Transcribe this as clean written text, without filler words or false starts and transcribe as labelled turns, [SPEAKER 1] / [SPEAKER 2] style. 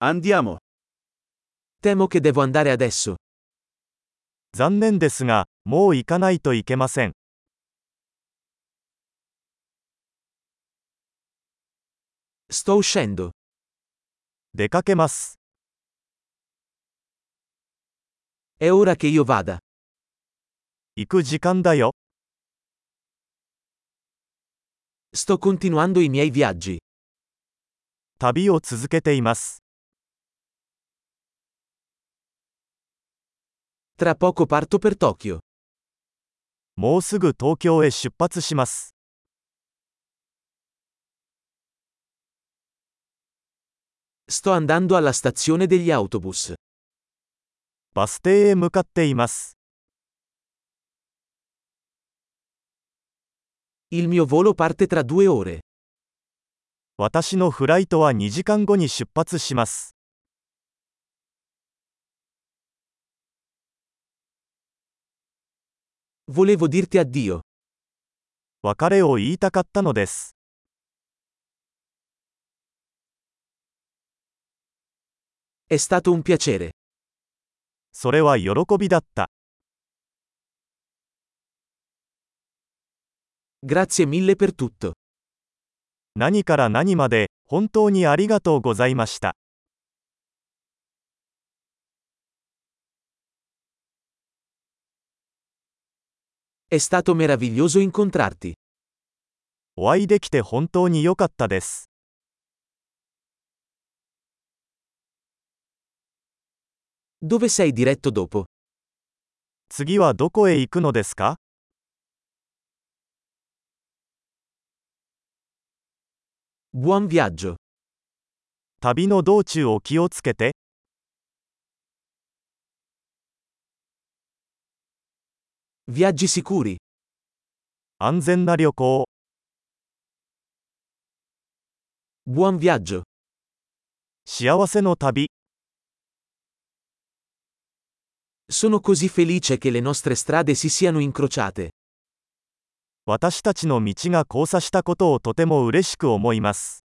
[SPEAKER 1] Andiamo.
[SPEAKER 2] Temo che devo andare adesso.
[SPEAKER 3] 残念ですが、もう行かないといけません。
[SPEAKER 2] Sto uscendo.
[SPEAKER 3] 出かけます。
[SPEAKER 2] È ora che io vada.
[SPEAKER 3] 行く時間だよ。
[SPEAKER 2] Sto continuando i miei viaggi.
[SPEAKER 3] 旅を続けています。
[SPEAKER 2] Tra poco parto per Tokyo.
[SPEAKER 3] もうすぐ東京へ出発します。
[SPEAKER 2] Sto andando alla stazione degli autobus.
[SPEAKER 3] バス停へ向かっています。
[SPEAKER 2] Il mio volo parte tra 2 ore.
[SPEAKER 3] 私のフライトは2時間後に出発します。
[SPEAKER 2] Volevo dirti addio.
[SPEAKER 3] 別れを言いたかったのです。
[SPEAKER 2] È stato un piacere.
[SPEAKER 3] それは喜びだった。
[SPEAKER 2] Grazie mille per tutto.
[SPEAKER 3] 何から何まで、本当にありがとうございました。
[SPEAKER 2] È stato meraviglioso incontrarti.
[SPEAKER 3] お会いできて本当に良かったです。
[SPEAKER 2] Dove sei diretto dopo?
[SPEAKER 3] 次はどこへ行くのですか？
[SPEAKER 2] Buon viaggio.
[SPEAKER 3] 旅の道中を気をつけて。
[SPEAKER 2] Viaggi sicuri.
[SPEAKER 3] 安全な旅行。
[SPEAKER 2] Buon viaggio.
[SPEAKER 3] 幸せの旅。
[SPEAKER 2] Sono così felice che le nostre strade si siano incrociate.
[SPEAKER 3] 私たちの道が交差したことをとても嬉しく思います。